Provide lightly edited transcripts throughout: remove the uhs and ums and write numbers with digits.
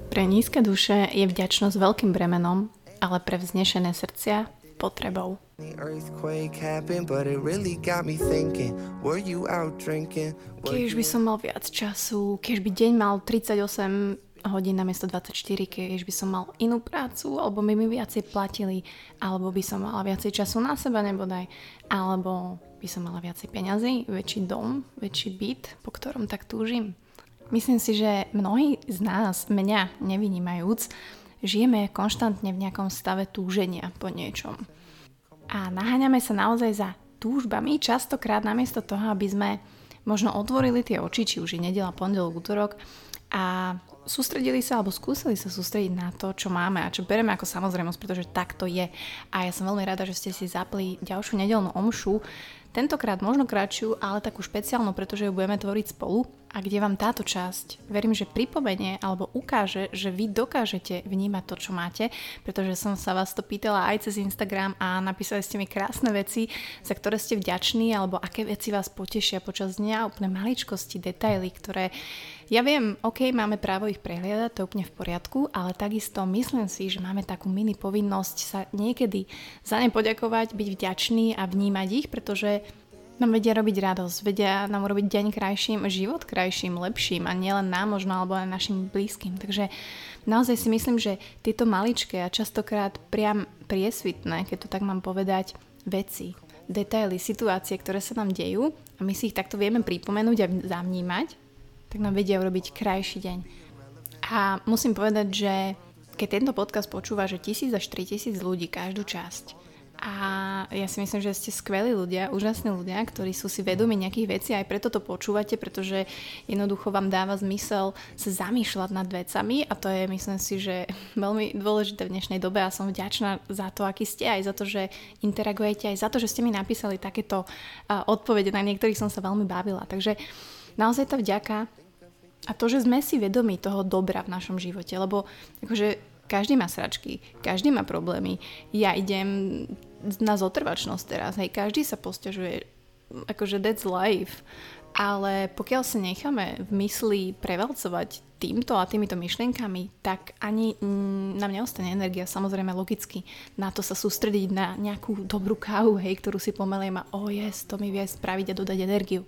Pre nízke duše je vďačnosť veľkým bremenom, ale pre vznešené srdcia potrebou. Keď by som mal viac času, keď by deň mal 38 hodín namiesto 24, keď by som mal inú prácu, alebo by mi viacej platili, alebo by som mala viacej času na seba nebodaj, alebo by som mala viacej peňazí, väčší dom, väčší byt, po ktorom tak túžim. Myslím si, že mnohí z nás, mňa nevynímajúc, žijeme konštantne v nejakom stave túženia po niečom. A naháňame sa naozaj za túžbami, častokrát namiesto toho, aby sme možno otvorili tie oči, či už je nedeľa, pondelok, útorok a sústredili sa alebo skúsili sa sústrediť na to, čo máme a čo bereme ako samozrejmosť, pretože tak to je. A ja som veľmi rada, že ste si zapli ďalšiu nedeľnú omšu, tentokrát možno kratšiu, ale takú špeciálnu, pretože ju budeme tvoriť spolu a kde vám táto časť, verím, že pripomenie alebo ukáže, že vy dokážete vnímať to, čo máte, pretože som sa vás to pýtala aj cez Instagram a napísali ste mi krásne veci, za ktoré ste vďační alebo aké veci vás potešia počas dňa, úplne maličkosti, detaily, ktoré ja viem, ok, máme právo ich prehliadať, to je úplne v poriadku, ale takisto myslím si, že máme takú mini povinnosť sa niekedy za ne poďakovať, byť vďačný a vnímať ich, pretože nám vedia robiť radosť, vedia nám urobiť deň krajším, život krajším, lepším a nielen nám možno, alebo aj našim blízkym. Takže naozaj si myslím, že tieto maličké a častokrát priam priesvitné, keď to tak mám povedať, veci, detaily, situácie, ktoré sa nám dejú a my si ich takto vieme pripomenúť a zavnímať, tak nám vedia urobiť krajší deň. A musím povedať, že keď tento podcast počúva, že 1000 až 3000 ľudí každú časť a ja si myslím, že ste skvelí ľudia, úžasní ľudia, ktorí sú si vedomí nejakých vecí, aj preto to počúvate, pretože jednoducho vám dáva zmysel sa zamýšľať nad vecami a to je, myslím si, že veľmi dôležité v dnešnej dobe a som vďačná za to, aký ste, aj za to, že interagujete, aj za to, že ste mi napísali takéto odpovede, na niektorých som sa veľmi bavila. Takže naozaj tá vďaka a to, že sme si vedomí toho dobra v našom živote, lebo akože každý má sračky, každý má problémy. Ja idem na zotrvačnosť teraz, hej, každý sa posťažuje, akože that's life, ale pokiaľ sa necháme v mysli prevalcovať týmto a týmito myšlienkami, tak ani nám neostane energia, samozrejme logicky, na to sa sústrediť na nejakú dobrú kávu, hej, ktorú si pomeliem a to mi vie spraviť a dodať energiu.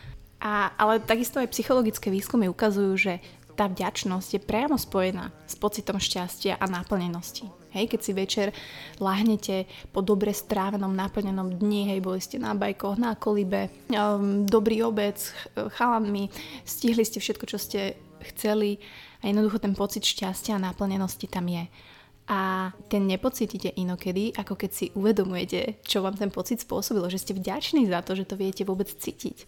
Ale takisto aj psychologické výskumy ukazujú, že tá vďačnosť je priamo spojená s pocitom šťastia a naplnenosti. Hej, keď si večer láhnete po dobre strávenom, naplnenom dni, hej, boli ste na bajkoch, na kolibe, dobrý obed s chalanmi, stihli ste všetko, čo ste chceli a jednoducho ten pocit šťastia a naplnenosti tam je. A ten nepocítite inokedy, ako keď si uvedomujete, čo vám ten pocit spôsobilo, že ste vďační za to, že to viete vôbec cítiť.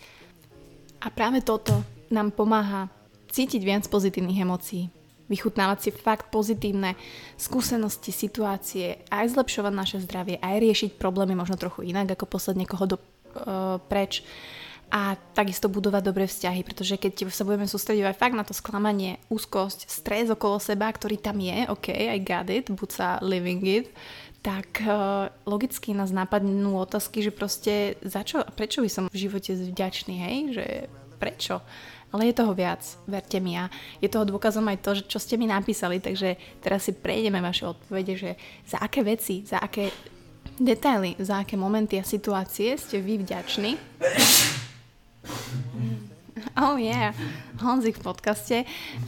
A práve toto nám pomáha cítiť viac pozitívnych emócií, vychutnávať si fakt pozitívne skúsenosti, situácie, aj zlepšovať naše zdravie, aj riešiť problémy možno trochu inak, ako poslať niekoho preč a takisto budovať dobré vzťahy, pretože keď sa budeme sústrediť aj fakt na to sklamanie, úzkosť, stres okolo seba, ktorý tam je, ok, I got it, buď sa living it, tak logicky nás napadnú otázky, že proste prečo by som v živote vďačný, hej, že prečo? Ale je toho viac, verte mi a je toho dôkazom aj to, čo ste mi napísali, takže teraz si prejdeme vaše odpovede, že za aké veci, za aké detaily, za aké momenty a situácie ste vy vďační. Oh yeah, Honzik v podcaste.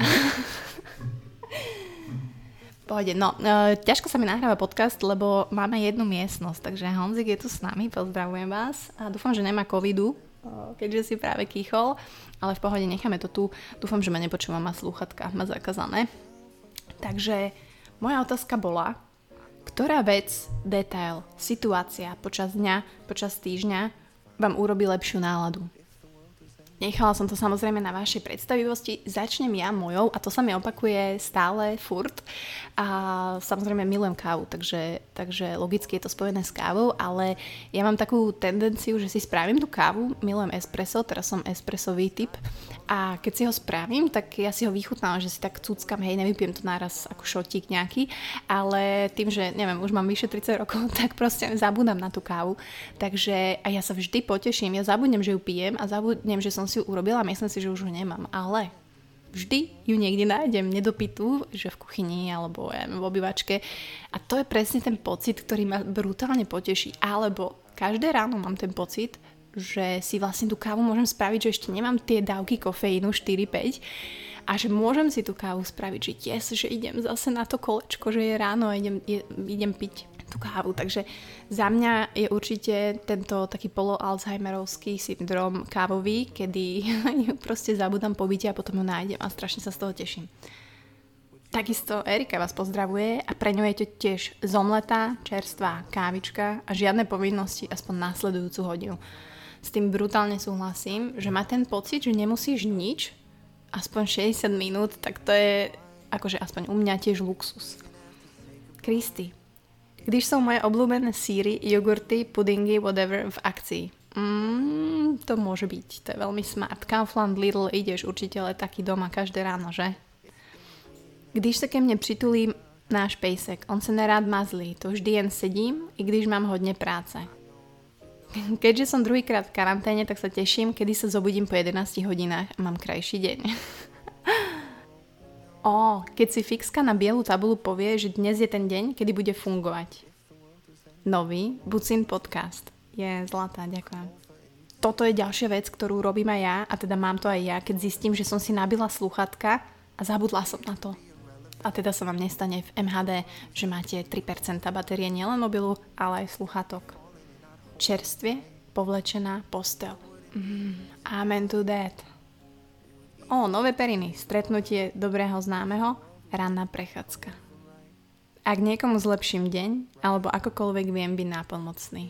Pohode, ťažko sa mi nahráva podcast, lebo máme jednu miestnosť, takže Honzik je tu s nami, pozdravujem vás a dúfam, že nemá covidu, keďže si práve kýchol, ale v pohode necháme to tu, dúfam, že ma nepočúva, má slúchatka, má zakázané. Takže moja otázka bola, ktorá vec, detail, situácia počas dňa, počas týždňa vám urobí lepšiu náladu? Nechala som to samozrejme na vašej predstavivosti. Začnem ja mojou a to sa mi opakuje stále, furt. A samozrejme milujem kávu, takže logicky je to spojené s kávou, ale ja mám takú tendenciu, že si spravím tú kávu, milujem espresso, teraz som espressový typ a keď si ho spravím, tak ja si ho vychutnám, že si tak cuckam, hej, nevypijem to naraz ako šotík nejaký, ale tým, že neviem, už mám vyše 30 rokov, tak proste zabudám na tú kávu. Takže a ja sa vždy poteším, ja zabudnem, že ju pijem a zabudnem, že som si ju urobila a myslím si, že už ju nemám, ale Vždy ju niekde nájdem, nedopitú, že v kuchyni alebo v obývačke. A to je presne ten pocit, ktorý ma brutálne poteší. Alebo každé ráno mám ten pocit, že si vlastne tú kávu môžem spraviť, že ešte nemám tie dávky kofeínu 4-5 a že môžem si tú kávu spraviť, že že idem zase na to kolečko, že je ráno a idem piť tú kávu. Takže za mňa je určite tento taký polo-alzheimerovský syndrom kávový, kedy ju proste zabudám po byte a potom ju nájdem a strašne sa z toho teším. Takisto Erika vás pozdravuje a pre ňu je to tiež zomletá, čerstvá kávička a žiadne povinnosti aspoň následujúcu hodinu. S tým brutálne súhlasím, že má ten pocit, že nemusíš nič, aspoň 60 minút, tak to je akože aspoň u mňa tiež luxus. Kristy. Když sú moje obľúbené síry, jogurty, pudingy, whatever v akcii. To môže byť, to je veľmi smart. Kaufland, Lidl, ideš určite taký doma každé ráno, že? Když se ke mne přitulí náš pejsek, on se nerád mazlí, to vždy jen sedím, i když mám hodne práce. Keďže som druhýkrát v karanténe, tak sa teším, kedy sa zobudím po 11 hodinách a mám krajší deň. Keď si fixka na bielu tabulu povie, že dnes je ten deň, kedy bude fungovať. Nový Bucin podcast. Je zlatá, ďakujem. Toto je ďalšia vec, ktorú robím aj ja, a teda mám to aj ja, keď zistím, že som si nabila slúchatka a zabudla som na to. A teda sa vám nestane v MHD, že máte 3% batérie nielen mobilu, ale aj slúchatok. Čerstvie povlečená postel. Amen to that. Nové periny, stretnutie dobrého známeho, ranná prechádzka. Ak niekomu zlepším deň, alebo akokoľvek viem byť nápomocný.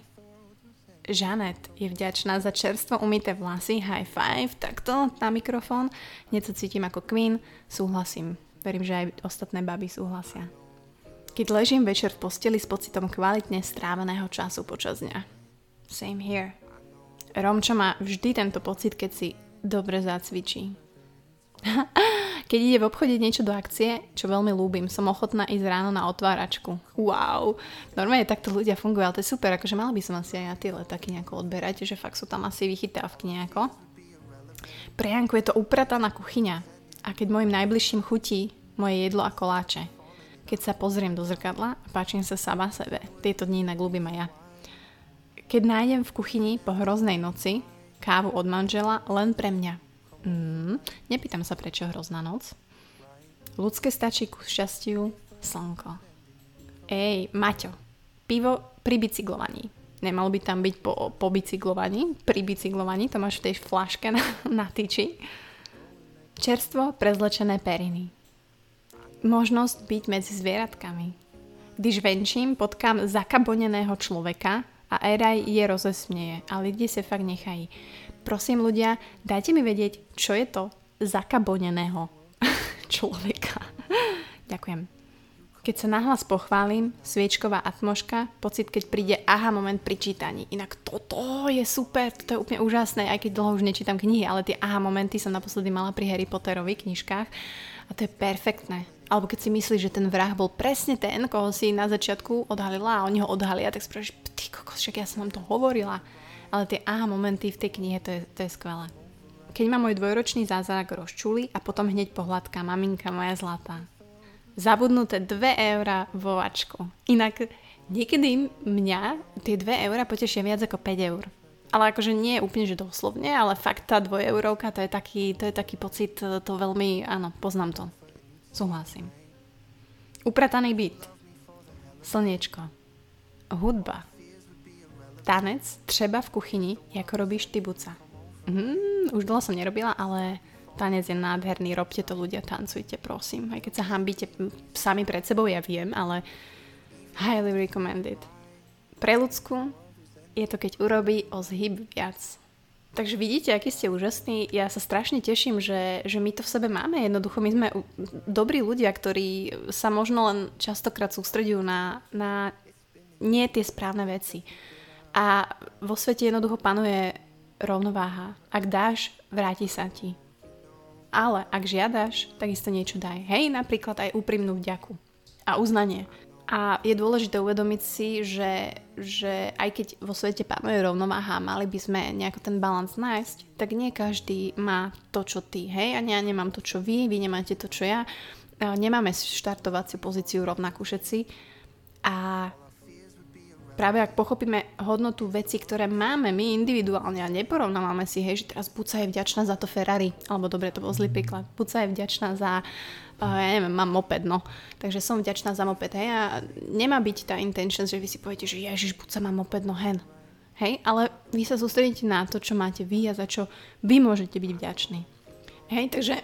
Žanet je vďačná za čerstvo umyté vlasy, high five, takto na mikrofón. Hneď sa cítim ako Queen, súhlasím. Verím, že aj ostatné baby súhlasia. Keď ležím večer v posteli s pocitom kvalitne stráveného času počas dňa. Same here. Romčo má vždy tento pocit, keď si dobre zacvičí. Keď ide v obchode niečo do akcie, čo veľmi ľúbim, som ochotná ísť ráno na otváračku. Wow, normálne takto ľudia fungujú, ale to je super, akože mala by som asi aj na tie letáky nejako odberať, že fakt sú tam asi vychytávky nejako. Pre Janku je to uprataná kuchyňa a keď mojim najbližším chutí moje jedlo a koláče. Keď sa pozriem do zrkadla a páčim sa sama sebe, tieto dni inak ľúbim aj ja. Keď nájdem v kuchyni po hroznej noci kávu od manžela len pre mňa. Nepýtam sa, prečo hrozná noc. Ľudské stačí ku šťastiu slnko. Maťo, pivo pri bicyklovaní. Nemalo by tam byť po bicyklovaní, pri bicyklovaní, to máš v tej fľaške na tyči. Čerstvo prezlečené periny. Možnosť byť medzi zvieratkami. Když venčím, potkám zakaboneného človeka a Eraj je rozesmieje, ale lidi sa fakt nechají. Prosím ľudia, dajte mi vedieť, čo je to zakaboneného človeka. Ďakujem. Keď sa nahlas pochválim, sviečková atmoška, pocit, keď príde aha moment pri čítaní. Inak toto je super, to je úplne úžasné, aj keď dlho už nečítam knihy, ale tie aha momenty som naposledy mala pri Harry Potterovi knižkách a to je perfektné. Alebo keď si myslíš, že ten vrah bol presne ten, koho si na začiatku odhalila a oni ho odhalia, tak si povieš, ty kokos, však ja som vám to hovorila. Ale tie aha momenty v tej knihe, to je skvelé. Keď ma môj dvojročný zázrak rozčúli a potom hneď pohľadká maminka moja zlatá. Zabudnuté 2 € vo vačku. Inak niekedy mňa tie 2 € potešia viac ako 5 eur. Ale akože nie úplne, že doslovne, ale fakt tá 2 eurovka, to je taký pocit, to veľmi, áno, poznám to. Súhlasím. Uprataný byt. Slniečko. Hudba. Tanec treba v kuchyni, ako robíš ty, Buca. Už dlho som nerobila, ale tanec je nádherný, robte to ľudia, tancujte, prosím. Aj keď sa hanbíte sami pred sebou, ja viem, ale highly recommended. Pre ľudsku je to, keď urobí o zhyb viac. Takže vidíte, aký ste úžasní. Ja sa strašne teším, že my to v sebe máme. Jednoducho, my sme dobrí ľudia, ktorí sa možno len častokrát sústredujú na nie tie správne veci. A vo svete jednoducho panuje rovnováha. Ak dáš, vráti sa ti. Ale ak žiadaš, takisto niečo daj. Hej, napríklad aj úprimnú vďaku. A uznanie. A je dôležité uvedomiť si, že aj keď vo svete panuje rovnováha, mali by sme nejako ten balans nájsť, tak nie každý má to, čo ty, hej? A ja nemám to, čo vy nemáte to, čo ja. Nemáme štartovaciu pozíciu rovnakú všetci. A práve ak pochopíme hodnotu veci, ktoré máme my individuálne a neporovnávame si, hej, že teraz buď sa je vďačná za to Ferrari, alebo dobre, to bol zlý príklad, buď sa je vďačná za ja neviem, mám moped, no. Takže som vďačná za moped, hej, a nemá byť tá intention, že vy si poviete, že ježiš, buď sa mám moped, no hen. Hej, ale vy sa sústredíte na to, čo máte vy a za čo vy môžete byť vďační. Hej,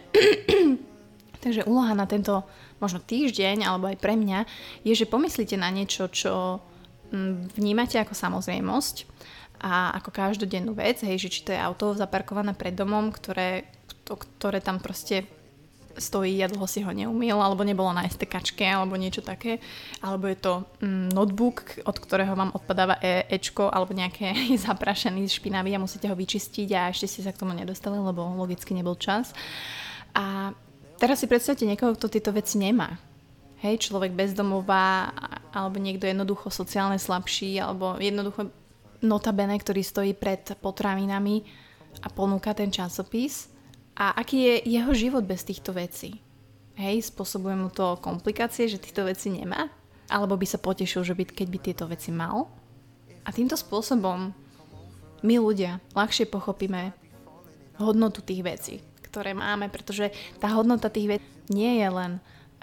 takže úloha na tento možno týždeň, alebo aj pre mňa, je, že pomyslíte na niečo, čo vnímate ako samozrejmosť a ako každodennú vec, hej, že či to je auto zaparkované pred domom, ktoré tam proste stojí a dlho si ho neumýl, alebo nebolo na STKčke, alebo niečo také, alebo je to notebook, od ktorého vám odpadáva Ečko, alebo nejaké zaprašený, špinavý a musíte ho vyčistiť a ešte ste sa k tomu nedostali, lebo logicky nebol čas. A teraz si predstavte niekoho, kto tieto veci nemá. Hej, človek bezdomová, alebo niekto jednoducho sociálne slabší, alebo jednoducho notabene, ktorý stojí pred potravinami a ponúka ten časopis. A aký je jeho život bez týchto vecí? Hej, spôsobuje mu to komplikácie, že týchto vecí nemá? Alebo by sa potešil, že keď by tieto veci mal? A týmto spôsobom my ľudia ľahšie pochopíme hodnotu tých vecí, ktoré máme, pretože tá hodnota tých vecí nie je len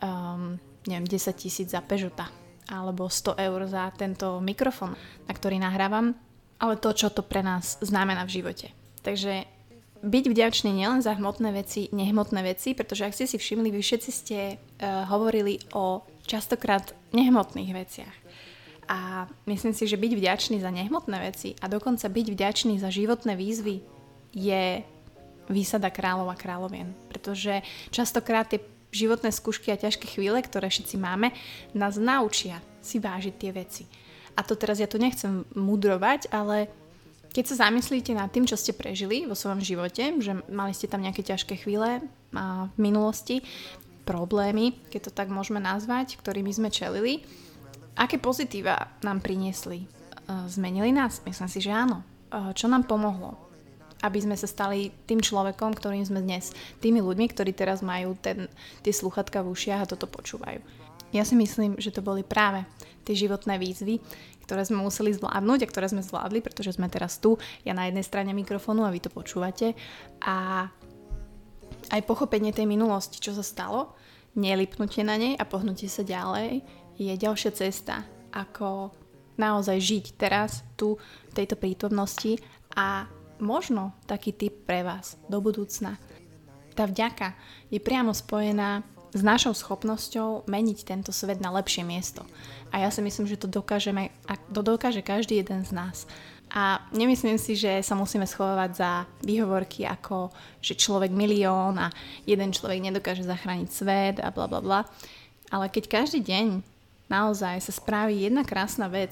10 000 za Peugeota alebo 100 eur za tento mikrofón, na ktorý nahrávam, ale to, čo to pre nás znamená v živote. Takže byť vďačný nielen za hmotné veci, nehmotné veci, pretože ak ste si všimli, vy všetci ste hovorili o častokrát nehmotných veciach. A myslím si, že byť vďačný za nehmotné veci a dokonca byť vďačný za životné výzvy je výsada kráľov a kráľovien. Pretože častokrát tie životné skúšky a ťažké chvíle, ktoré všetci máme, nás naučia si vážiť tie veci. A to teraz ja tu nechcem mudrovať, ale keď sa zamyslíte nad tým, čo ste prežili vo svojom živote, že mali ste tam nejaké ťažké chvíle v minulosti, problémy, keď to tak môžeme nazvať, ktorými sme čelili, aké pozitíva nám priniesli? Zmenili nás? Myslím si, že áno. Čo nám pomohlo? Aby sme sa stali tým človekom, ktorým sme dnes, tými ľuďmi, ktorí teraz majú tie slúchatka v ušiach a toto počúvajú. Ja si myslím, že to boli práve tie životné výzvy, ktoré sme museli zvládnuť a ktoré sme zvládli, pretože sme teraz tu, ja na jednej strane mikrofónu a vy to počúvate. A aj pochopenie tej minulosti, čo sa stalo, nelipnutie na nej a pohnutie sa ďalej, je ďalšia cesta, ako naozaj žiť teraz, tu, v tejto prítomnosti a možno taký tip pre vás do budúcna. Tá vďaka je priamo spojená s našou schopnosťou meniť tento svet na lepšie miesto. A ja si myslím, že to dokáže každý jeden z nás. A nemyslím si, že sa musíme schovávať za výhovorky ako, že človek milión a jeden človek nedokáže zachrániť svet a bla bla bla. Ale keď každý deň naozaj sa spraví jedna krásna vec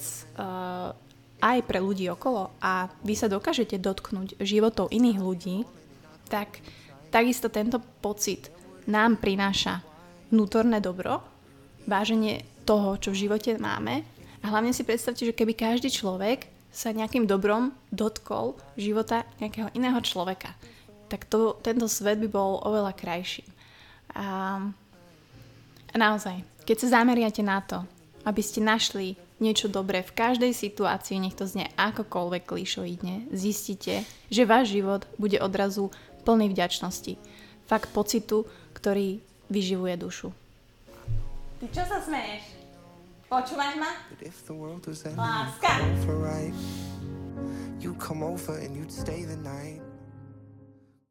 aj pre ľudí okolo a vy sa dokážete dotknúť životov iných ľudí, tak takisto tento pocit nám prináša vnútorné dobro, váženie toho, čo v živote máme a hlavne si predstavte, že keby každý človek sa nejakým dobrom dotkol života nejakého iného človeka, tak tento svet by bol oveľa krajší. A naozaj, keď sa zameriate na to, aby ste našli niečo dobré v každej situácii, nech to znie akokoľvek klišoidne, zistíte, že váš život bude odrazu plný vďačnosti. Fakt pocitu, ktorý vyživuje dušu. Ty čo sa smeješ? Počúvaš ma? Láska! You come over and you'd stay the night.